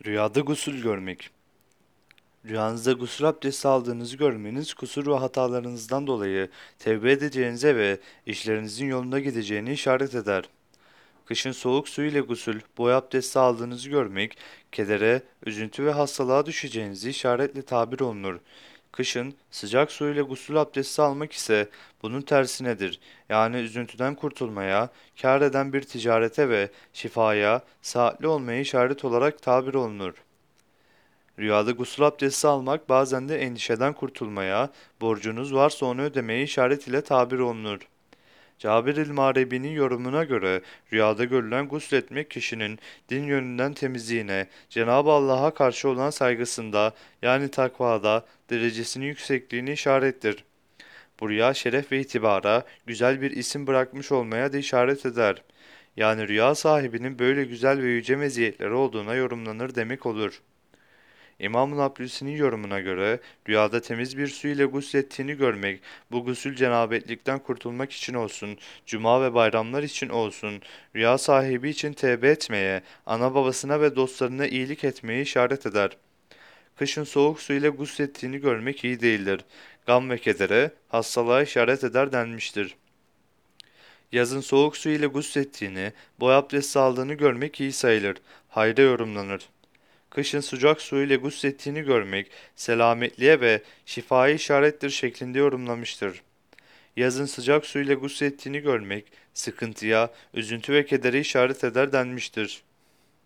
Rüyada gusül görmek. Rüyanızda gusül abdesti aldığınızı görmeniz, kusur ve hatalarınızdan dolayı tevbe edeceğinize ve işlerinizin yolunda gideceğini işaret eder. Kışın soğuk su ile gusül, boy abdesti aldığınızı görmek, kedere, üzüntü ve hastalığa düşeceğinizi işaretle tabir olunur. Kışın sıcak su ile gusül abdesti almak ise bunun tersinedir. Yani üzüntüden kurtulmaya, kâr eden bir ticarete ve şifaya, saatli olmaya işaret olarak tabir olunur. Rüyada gusül abdesti almak bazen de endişeden kurtulmaya, borcunuz varsa onu ödemeye işaret ile tabir olunur. Cabir el-Marebi'nin yorumuna göre rüyada görülen gusletmek kişinin din yönünden temizliğine, Cenab-ı Allah'a karşı olan saygısında yani takvada derecesinin yüksekliğini işarettir. Bu rüya şeref ve itibara, güzel bir isim bırakmış olmaya da işaret eder. Yani rüya sahibinin böyle güzel ve yüce meziyetleri olduğuna yorumlanır demek olur. İmam-ı Nablusi'nin yorumuna göre rüyada temiz bir su ile guslettiğini görmek, bu gusül cenabetlikten kurtulmak için olsun, cuma ve bayramlar için olsun, rüya sahibi için tevbe etmeye, ana babasına ve dostlarına iyilik etmeye işaret eder. Kışın soğuk su ile guslettiğini görmek iyi değildir. Gam ve kedere, hastalığa işaret eder denmiştir. Yazın soğuk su ile guslettiğini, boy abdesti aldığını görmek iyi sayılır. Hayra yorumlanır. Kışın sıcak su ile guslettiğini görmek, selametliğe ve şifaya işarettir şeklinde yorumlamıştır. Yazın sıcak su ile guslettiğini görmek, sıkıntıya, üzüntü ve kedere işaret eder denmiştir.